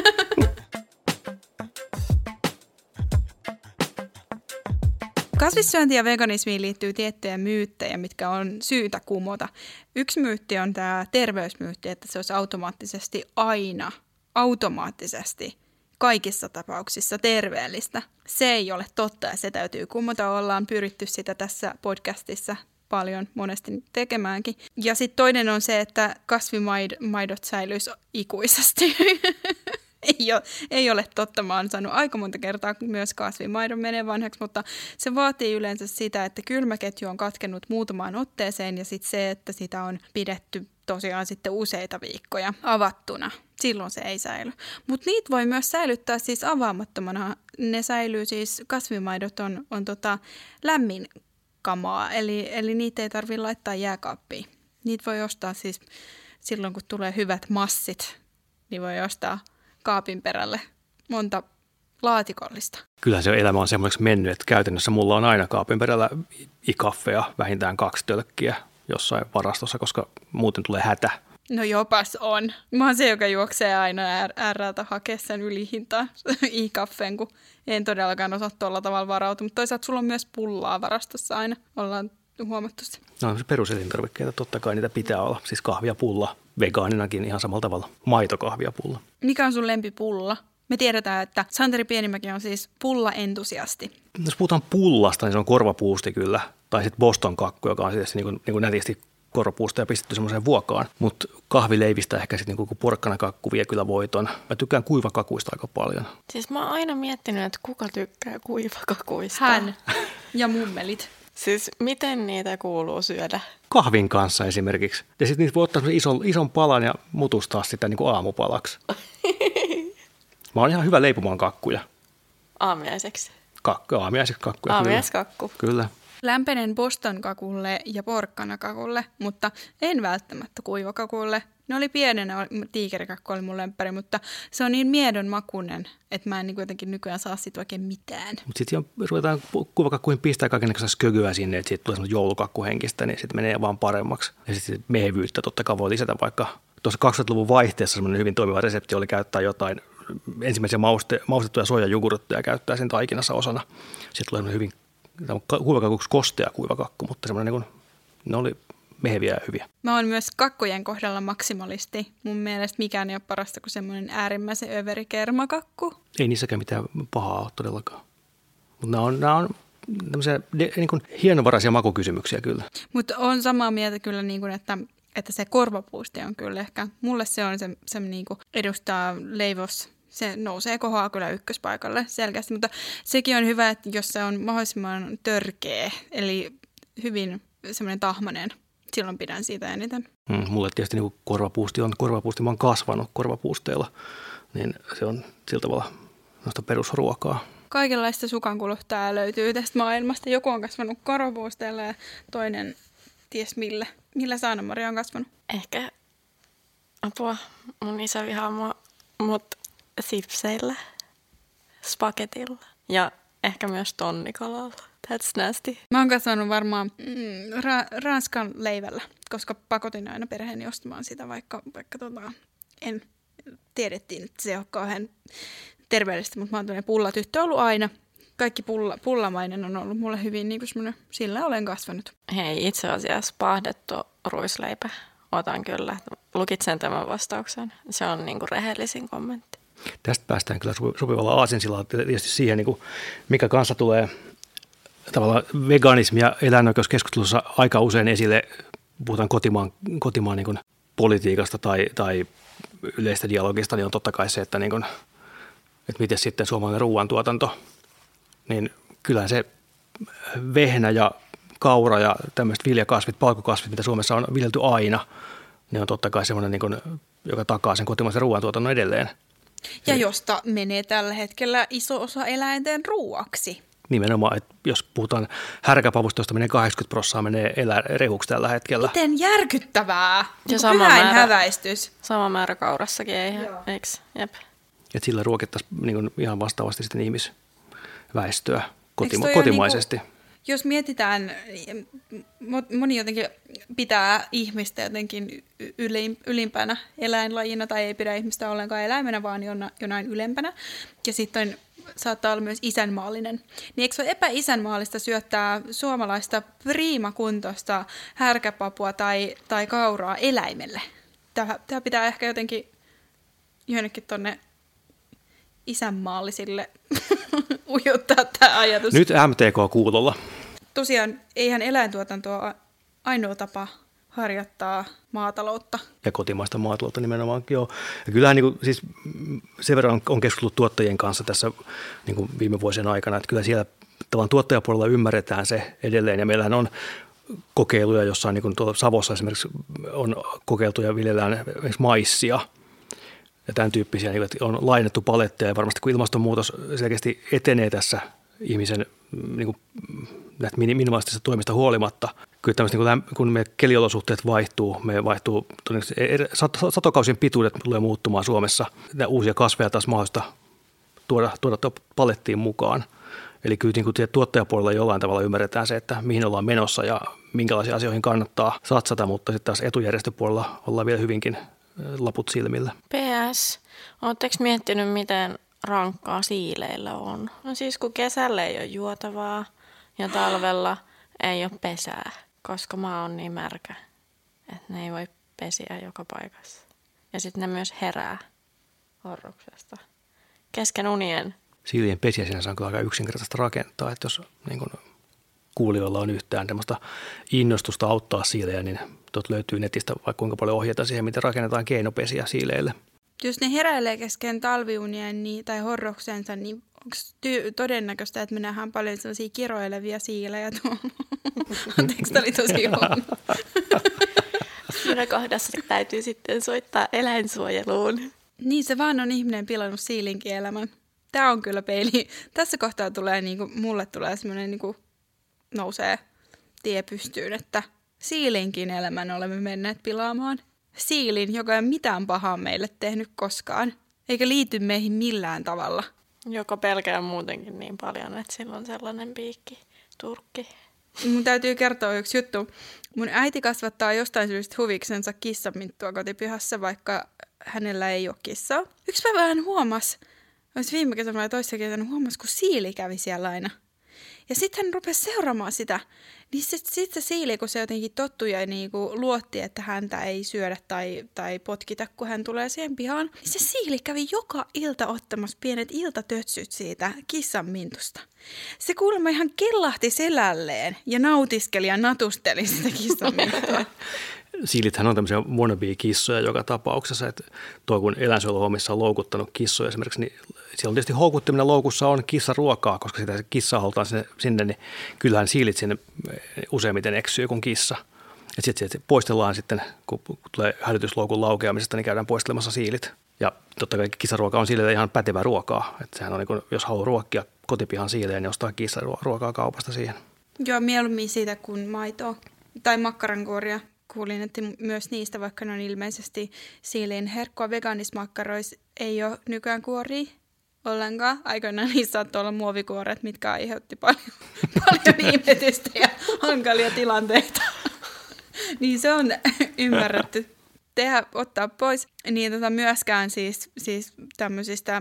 Kasvissyöntiin ja veganismiin liittyy tiettyjä myyttejä, mitkä on syytä kumota. Yksi myytti on tämä terveysmyytti, että se olisi automaattisesti aina, automaattisesti kaikissa tapauksissa terveellistä. Se ei ole totta ja se täytyy kumota. Ollaan pyritty sitä tässä podcastissa paljon monesti tekemäänkin. Ja sitten toinen on se, että kasvimaidot säilyisi ikuisesti. Ei ole, ei ole totta, mä oon saanut aika monta kertaa myös kasvimaidon menee vanhaksi, mutta se vaatii yleensä sitä, että kylmäketju on katkennut muutamaan otteeseen ja sitten se, että sitä on pidetty tosiaan sitten useita viikkoja avattuna. Silloin se ei säily. Mutta niitä voi myös säilyttää siis avaamattomana. Ne säilyy siis, kasvimaidot on, on tota lämmin kamaa, eli, eli niitä ei tarvitse laittaa jääkaappiin. Niitä voi ostaa siis silloin, kun tulee hyvät massit, niin voi ostaa kaapin perälle monta laatikollista. Kyllä se elämä on semmoiseksi mennyt, että käytännössä mulla on aina kaapin perällä ikaffeja, vähintään kaksi tölkkiä jossain varastossa, koska muuten tulee hätä. No jopas on. Mä oon se, joka juoksee aina äärältä hakea sen ylihintaa i-kaffeen, kun en todellakaan osaa tuolla tavalla varautua. Mutta toisaalta sulla on myös pullaa varastossa aina, ollaan huomattu se. No se peruselintarvikkeita, totta kai niitä pitää olla, siis kahvi ja pulla. vegaaninakin ihan samalla tavalla maitokahvia pulla. Mikä on sun lempipulla? Me tiedetään, että Santeri Pienimäki on siis pulla-entusiasti. Jos puhutaan pullasta, niin se on korvapuusti kyllä. Tai sitten Boston kakku, joka on sitten niin kuin, niin kuin nätisti korvapuusta ja pistetty semmoiseen vuokaan. Mutta kahvileivistä ehkä sitten niin porkkanakakku vie kyllä voiton. Mä tykkään kuivakakuista aika paljon. Siis mä oon aina miettinyt, että kuka tykkää kuivakakuista. Hän ja mummelit. Siis miten niitä kuuluu syödä? Kahvin kanssa esimerkiksi. Ja sitten niitä voi ottaa ison, ison palan ja mutustaa sitä niin kuin aamupalaksi. Mä oon ihan hyvä leipomaan kakkuja. Aamiaiseksi. Kakku, aamiaiseksi kakkuja. Aamiaiskakku. Kyllä. Lämpenen Boston kakulle ja porkkanakakulle, mutta en välttämättä kuivakakulle. Ne oli pienenä, tiikerikakku oli mun lemppari, mutta se on niin miedon makuinen, että mä en niin jotenkin nykyään saa siitä oikein mitään. Mutta sitten jos ruvetaan kuivakakkuihin pistää kaikenlaista skögyä sinne, että siitä tulee semmoista joulukakkuhenkistä, niin sitten menee vaan paremmaksi. Ja sitten mehevyyttä totta kai voi lisätä, vaikka tuossa kaksikymmentäluvun vaihteessa semmoinen hyvin toimiva resepti oli käyttää jotain ensimmäisiä mauste, maustettuja soijajugurtteja käyttää sen taikinassa osana. Sitten tulee hyvin kuivakakuksi kostea kuivakakku, mutta semmoinen niin kuin, ne oli meheviä ja hyviä. Mä oon myös kakkujen kohdalla maksimalisti. Mun mielestä mikään ei ole parasta kuin semmoinen äärimmäisen överi kermakakku. Ei niissäkään mitään pahaa ole todellakaan. Mutta nämä on, nämä on tämmöisiä niin kuin hienovaraisia makukysymyksiä kyllä. Mutta on samaa mieltä kyllä, niin kuin, että, että se korvapuusti on kyllä ehkä. Mulle se on se, se niin kuin edustaa leivos. Se nousee kohoaa kyllä ykköspaikalle selkeästi, mutta sekin on hyvä, että jos se on mahdollisimman törkeä, eli hyvin semmoinen tahmainen, silloin pidän siitä eniten. Mm, mulle tietysti niin korvapuusti on korvapuusti, mä oon kasvanut korvapuusteella, niin se on sillä tavalla noista perusruokaa. Kaikenlaista sukankuluttajaa löytyy tästä maailmasta. Joku on kasvanut korvapuusteella ja toinen ties millä. Millä sä, Anna-Maria, on kasvanut? Ehkä apua, mun isä vihaa mua, mutta sipseillä, spagetilla ja ehkä myös tonnikalalla. That's nasty. Mä oon kasvanut varmaan mm, ra- ranskan leivällä, koska pakotin aina perheeni ostamaan sitä, vaikka, vaikka tota, en tiedettiin, että se ei ole kauhean terveellistä, mutta mä oon tämmöinen pullatyttö ollut aina. Kaikki pulla, pullamainen on ollut mulle hyvin niin kuin semmoinen, sillä olen kasvanut. Hei, itse asiassa pahdettu ruisleipä. Otan kyllä. Lukitsen tämän vastauksen. Se on niin kuin rehellisin kommentti. Tästä päästään kyllä sopivalla aasinsilalla tietysti siihen, niin kuin mikä kanssa tulee tavallaan veganismi- ja eläinoikeuskeskustelussa aika usein esille. Puhutaan kotimaan, kotimaan niin kuin politiikasta tai, tai yleistä dialogista, niin on totta kai se, että, niin kuin, että miten sitten suomalainen ruoantuotanto, niin kyllähän se vehnä ja kaura ja tämmöiset viljakasvit, palkokasvit, mitä Suomessa on viljelty aina, ne on totta kai semmoinen, niin kuin, joka takaa sen kotimaisen ruoantuotannon edelleen. Ja josta menee tällä hetkellä iso osa eläinten ruuaksi. Nimenomaan, että jos puhutaan härkäpavusta, josta menee kahdeksankymmentä prosenttia menee elä, rehuksi tällä hetkellä. Miten järkyttävää. Ja sama Pyhäin määrä, häväistys. Sama määrä kaurassakin, ei, eikö? Jep. Että sillä ruokittaisiin niin kuin ihan vastaavasti sitten ihmisväestöä kotima- kotimaisesti. Niin kuin, jos mietitään, moni jotenkin pitää ihmistä jotenkin ylimpänä eläinlajina tai ei pidä ihmistä ollenkaan eläimenä, vaan jonain ylempänä. Ja sitten saattaa olla myös isänmaallinen. Niin eikö se ole epäisänmaallista syöttää suomalaista priimakuntoista härkäpapua tai, tai kauraa eläimelle? Tämä, tämä pitää ehkä jotenkin jonnekin tuonne isänmaallisille ujuttaa tämä ajatus. Nyt M T K kuulolla. Tosiaan eihän eläintuotanto ole ainoa tapa harjoittaa maataloutta. Ja kotimaista maataloutta nimenomaan, joo. Ja kyllähän niin kuin, siis sen verran on keskustellut tuottajien kanssa tässä niin kuin viime vuosien aikana, että kyllä siellä tavan tuottajapuolella ymmärretään se edelleen. Ja meillähän on kokeiluja, jossa on niin kuin tuolla Savossa esimerkiksi on kokeiltu ja viljellään esimerkiksi maissia. Ja tämän tyyppisiä, niin että on lainettu paletteja ja varmasti kun ilmastonmuutos selkeästi etenee tässä ihmisen niin kuin, näistä minimaalisista toimista huolimatta. Kyllä tämmöistä, niin kuin, kun meidän keliolosuhteet vaihtuu, me vaihtuu, satokausien pituudet tulee muuttumaan Suomessa. Nämä uusia kasveja taas mahdollista tuoda, tuoda palettiin mukaan. Eli kyllä niin kuin tuottajapuolella jollain tavalla ymmärretään se, että mihin ollaan menossa ja minkälaisiin asioihin kannattaa satsata, mutta sitten taas etujärjestöpuolella ollaan vielä hyvinkin laput silmillä. P S. Oletteko miettinyt, miten rankkaa siileillä on? No siis kun kesällä ei ole juotavaa ja talvella ei ole pesää, koska maa on niin märkä, että ne ei voi pesiä joka paikassa. Ja sitten ne myös herää horroksesta. Kesken unien. Siilien pesiä sinänsä on kyllä aika yksinkertaista rakentaa, että jos niin kun kuulijoilla on yhtään tämmöistä innostusta auttaa siilejä, niin tuot löytyy netistä vaikka kuinka paljon ohjeita siihen, miten rakennetaan keinopesiä siileille. Jos ne heräilee kesken talviunien niin, tai horroksensa, niin onko ty- todennäköistä, että me nähdään paljon sellaisia kiroilevia siilejä tuolla? Anteeksi, tämä oli tosi huono. Siinä kohdassa täytyy sitten soittaa eläinsuojeluun. Niin, se vaan on ihminen pilannut siilinkin elämän. Tämä on kyllä peili. Tässä kohtaa tulee, niin kuin, mulle tulee semmoinen, niin kuin nousee tie pystyyn, että siilinkin elämän olemme menneet pilaamaan. Siilin, joka ei ole mitään pahaa meille tehnyt koskaan, eikä liity meihin millään tavalla. Joka pelkää muutenkin niin paljon, että sillä on sellainen piikki, turkki. Mun täytyy kertoa yksi juttu. Mun äiti kasvattaa jostain syystä huviksensa kissaminttua kotipihassa, vaikka hänellä ei ole kissaa. Yksi päivä hän huomasi, olisi viime kesänä vai toissa kesänä, huomasi, kun siili kävi siellä aina. Ja sitten hän rupesi seuraamaan sitä. Niin sitten sit se siili, kun se jotenkin tottui ja niinku luotti, että häntä ei syödä tai, tai potkita, kun hän tulee siihen pihaan. Niin se siili kävi joka ilta ottamassa pienet iltatötsyt siitä kissan mintusta. Se kuulemma ihan kellahti selälleen ja nautiskeli ja natusteli sitä kissan mintua. Siilithän on tämmöisiä wannabe-kissoja joka tapauksessa, että tuo kun eläinsuojeluhommissa on loukuttanut kissoja esimerkiksi, niin siellä on tietysti houkuttimena loukussa on kissaruokaa, koska sitä kissaa halutaan sinne, sinne, niin kyllähän siilit sinne useimmiten eksyy kuin kissa. Et sitten sit poistellaan sitten, kun tulee hälytysloukun laukeamisesta, niin käydään poistelemassa siilit. Ja totta kai kissaruoka on siilille ihan pätevää ruokaa. Että sehän on niin kuin, jos haluaa ruokkia kotipihan siileen, niin ostaa kissaruokaa kaupasta siihen. Joo, mieluummin siitä kuin maitoa tai makkarankuoria. Kuulin, että myös niistä, vaikka ne on ilmeisesti siilin herkkua vegaanismakkaroissa, ei ole nykyään kuoria ollenkaan. Aikoinaan niissä saattoi olla muovikuoret, mitkä aiheutti paljon, paljon ihmetystä ja hankalia tilanteita. Niin se on ymmärretty tehdä, ottaa pois. Niin tota myöskään siis, siis tämmöisistä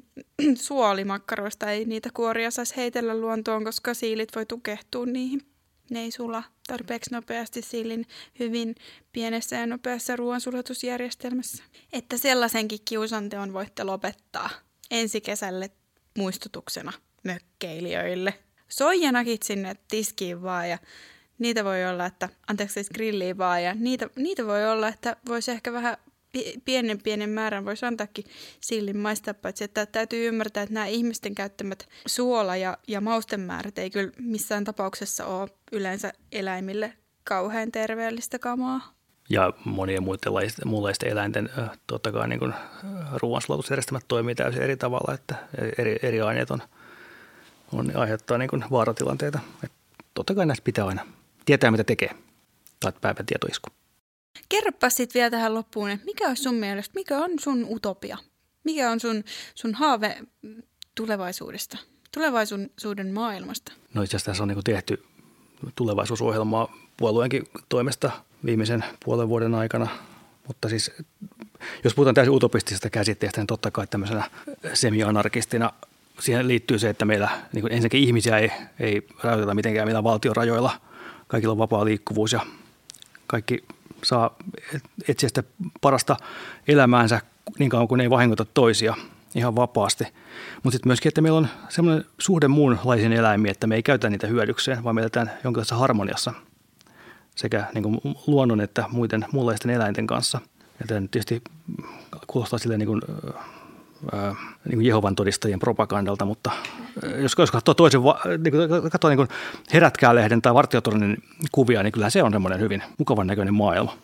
suolimakkaroista ei niitä kuoria saisi heitellä luontoon, koska siilit voi tukehtua niihin. Ne ei sula tarpeeksi nopeasti siilin hyvin pienessä ja nopeassa ruoansulatusjärjestelmässä. Että sellaisenkin kiusanteon voitte lopettaa ensi kesälle muistutuksena mökkeilijöille. Soijanakit sinne tiskiin vaan ja niitä voi olla, että, anteeksi siis grilliin vaan ja niitä, niitä voi olla, että voisi ehkä vähän pienen pienen määrän voisi antaakin siilin maistaa, paitsi että täytyy ymmärtää, että nämä ihmisten käyttämät suola- ja, ja maustemäärät ei kyllä missään tapauksessa ole yleensä eläimille kauhean terveellistä kamaa. Ja monien muunlaisten eläinten totta kai niin kuin ruoansulatusjärjestelmät toimii täysin eri tavalla, että eri, eri aineet on, on, aiheuttaa niin kuin vaaratilanteita. Että totta kai näistä pitää aina tietää, mitä tekee, tai päivän tietoisku. Kerropa sitten vielä tähän loppuun, että mikä on sun mielestä, mikä on sun utopia? Mikä on sun, sun haave tulevaisuudesta, tulevaisuuden maailmasta? No itse asiassa tässä on niin tehty tulevaisuusohjelmaa puolueenkin toimesta viimeisen puolen vuoden aikana, mutta siis jos puhutaan täysin utopistisesta käsitteestä, niin totta kai tämmöisenä semi-anarkistina siihen liittyy se, että meillä niin ensinnäkin ihmisiä ei, ei rajoiteta mitenkään millään valtion rajoilla, kaikilla on vapaa liikkuvuus ja kaikki saa etsiä sitä parasta elämäänsä niin kauan kuin ei vahingoita toisia ihan vapaasti. Mutta sitten myöskin, että meillä on semmoinen suhde muunlaisiin eläimiin, että me ei käytä niitä hyödykseen, vaan me eletään jonkinlaisessa harmoniassa sekä niin kuin luonnon että muiden muunlaisten eläinten kanssa. Ja tämä tietysti kuulostaa silleen niin kuin, ää, niin kuin Jehovan todistajien propagandalta, mutta jos, jos katsoo toisen, niin kuin, katsoo niin kuin Herätkää-lehden tai Vartiotornin kuvia, niin kyllähän se on semmoinen hyvin mukavan näköinen maailma,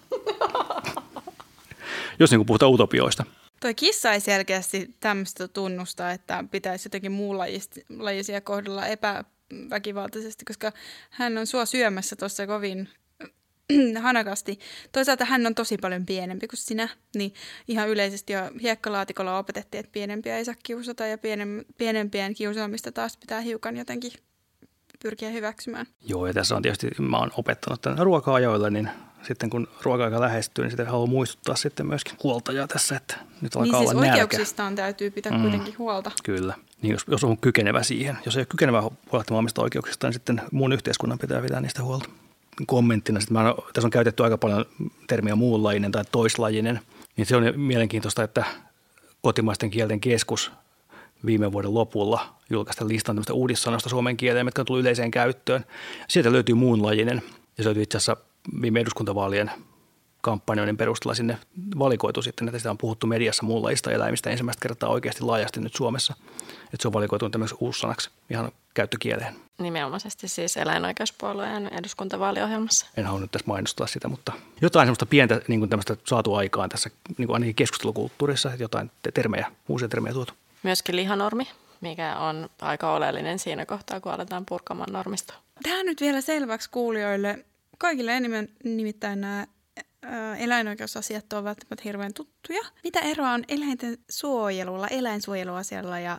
jos niin kuin puhutaan utopioista. Toi kissa ei selkeästi tämmöistä tunnusta, että pitäisi jotenkin muunlajisia kohdella epäväkivaltaisesti, koska hän on sua syömässä tuossa kovin hanakasti. Toisaalta hän on tosi paljon pienempi kuin sinä, niin ihan yleisesti jo hiekkalaatikolla opetettiin, että pienempiä ei saa kiusata ja pienem, pienempien kiusaamista taas pitää hiukan jotenkin pyrkiä hyväksymään. Joo, ja tässä on tietysti, mä oon opettanut tämän ruoka-ajoilla, niin sitten kun ruoka-aika lähestyy, niin sitten haluan muistuttaa sitten myöskin huoltajaa tässä, että nyt alkaa niin olla siis nälkä. Oikeuksistaan täytyy pitää mm, kuitenkin huolta. Kyllä, niin jos, jos on kykenevä siihen. Jos ei ole kykenevä huolehtimaan omista oikeuksistaan, niin sitten muun yhteiskunnan pitää pitää niistä huolta. kommenttina. Sitten mä, tässä on käytetty aika paljon termiä muunlajinen tai toislajinen. Niin se on mielenkiintoista, että Kotimaisten kielten keskus viime vuoden lopulla julkaista listan tämmöistä uudissanoista suomen kieleen, jotka on tullut yleiseen käyttöön. Sieltä löytyy muunlajinen ja se löytyy itse asiassa viime eduskuntavaalien kampanjoiden perusteella sinne valikoitu sitten, että sitä on puhuttu mediassa muunlajista eläimistä ensimmäistä kertaa oikeasti laajasti nyt Suomessa. Että se on valikoitunut tämmöiseksi uussanaksi ihan käyttökieleen. Nimenomaisesti siis eläinoikeuspuolueen eduskuntavaaliohjelmassa. En halua nyt tässä mainostaa sitä, mutta jotain semmoista pientä niin kuin tämmöistä saatu aikaan tässä niin kuin ainakin keskustelukulttuurissa, että jotain termejä, uusia termejä tuotu. Myöskin lihanormi, mikä on aika oleellinen siinä kohtaa, kun aletaan purkamaan normista. Tämä nyt vielä selväksi kuulijoille. Kaikille enemmän nimittäin nämä eläinoikeusasiat ovat hirveän tuttuja. Mitä eroa on eläinten suojelulla, eläinsuojeluasialla ja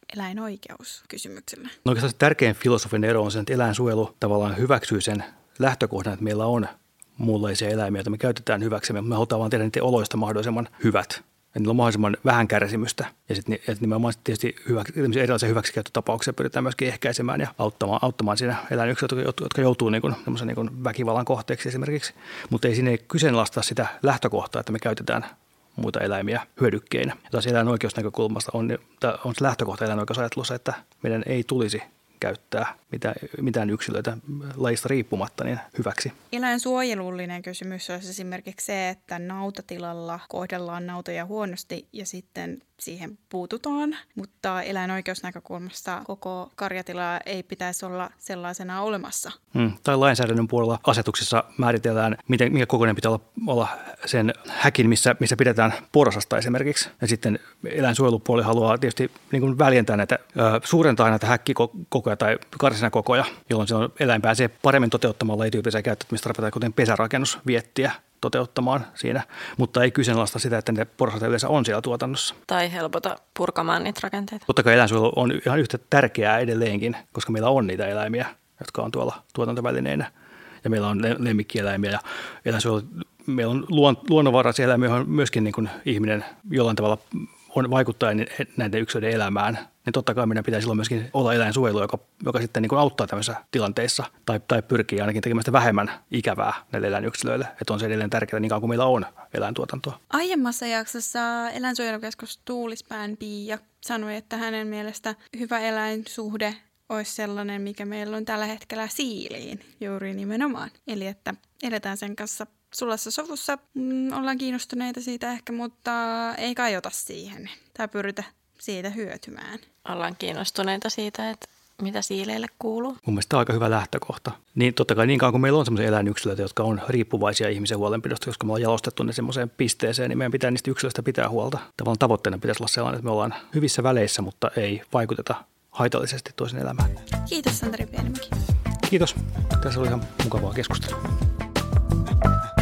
eläinoikeuskysymyksellä? No oikeastaan se tärkein filosofinen ero on se, että eläinsuojelu tavallaan hyväksyy sen lähtökohdan, että meillä on muunlaisia eläimiä, joita me käytetään hyväksemme. Me halutaan vaan tehdä niiden oloista mahdollisimman hyvät. Ja niillä on mahdollisimman vähän kärsimystä. Ja sitten nimenomaan tietysti hyvä, erilaisia hyväksikäyttötapauksia pyritään myöskin ehkäisemään ja auttamaan, auttamaan siinä eläinyksilöitä, jotka joutuu niin kuin, niin kuin väkivallan kohteeksi esimerkiksi. Mutta ei siinä ei kyseenalaista sitä lähtökohtaa, että me käytetään muita eläimiä hyödykkeinä. Ja taas eläinoikeusnäkökulmasta on, on se lähtökohta eläinoikeusajattelussa, että meidän ei tulisi käyttää mitään, mitään yksilöitä lajista riippumatta niin hyväksi. Eläinsuojelullinen kysymys olisi esimerkiksi se, että nautatilalla kohdellaan nautoja huonosti ja sitten siihen puututaan, mutta eläinoikeusnäkökulmasta koko karjatila ei pitäisi olla sellaisena olemassa. Hmm. Tai lainsäädännön puolella asetuksissa määritellään, miten, mikä kokoinen pitää olla, olla sen häkin, missä, missä pidetään porsasta esimerkiksi. Ja sitten eläinsuojelupuoli haluaa tietysti niin kuin väljentää näitä, ö, suurentaa näitä häkkikokoja tai karsinakokoja, jolloin se on, eläin pääsee paremmin toteuttamaan lajityyppisiä käyttäytymistarpeita, kuten pesärakennus viettiä toteuttamaan siinä, mutta ei kyseenalaista sitä, että ne porsaita yleensä on siellä tuotannossa. Tai helpota purkamaan niitä rakenteita. Totta kai eläinsuojelu on ihan yhtä tärkeää edelleenkin, koska meillä on niitä eläimiä, jotka on tuolla tuotantovälineinä. Ja meillä on lemmikkieläimiä ja eläinsuojelu, meillä on luon, luonnonvaraisia eläimiä, joihin myöskin niin kuin ihminen jollain tavalla on vaikuttaa näiden yksilöiden elämään, niin totta kai meidän pitää silloin myöskin olla eläinsuojelu, joka, joka sitten niin kuin auttaa tämmöisissä tilanteissa tai, tai pyrkii ainakin tekemään sitä vähemmän ikävää näille eläinyksilöille, että on se edelleen tärkeää niin kauan kuin meillä on eläintuotantoa. Aiemmassa jaksossa eläinsuojelukeskus Tuulispään Pia sanoi, että hänen mielestä hyvä eläinsuhde olisi sellainen, mikä meillä on tällä hetkellä siiliin juuri nimenomaan. Eli että eletään sen kanssa sulassa sovussa, mm, ollaan kiinnostuneita siitä ehkä, mutta ei kajota siihen tai pyritä siitä hyötymään. Ollaan kiinnostuneita siitä, että mitä siileille kuuluu. Mun mielestä tämä on aika hyvä lähtökohta. Niin totta kai niin kauan kuin meillä on sellaisia eläinyksilöitä, jotka on riippuvaisia ihmisen huolenpidosta, koska me ollaan jalostettu ne semmoiseen pisteeseen, niin meidän pitää niistä yksilöistä pitää huolta. Tavallaan tavoitteena pitäisi olla sellainen, että me ollaan hyvissä väleissä, mutta ei vaikuteta haitallisesti toisen elämään. Kiitos Santeri Pienimäki. Kiitos. Tässä oli ihan mukavaa keskustelua.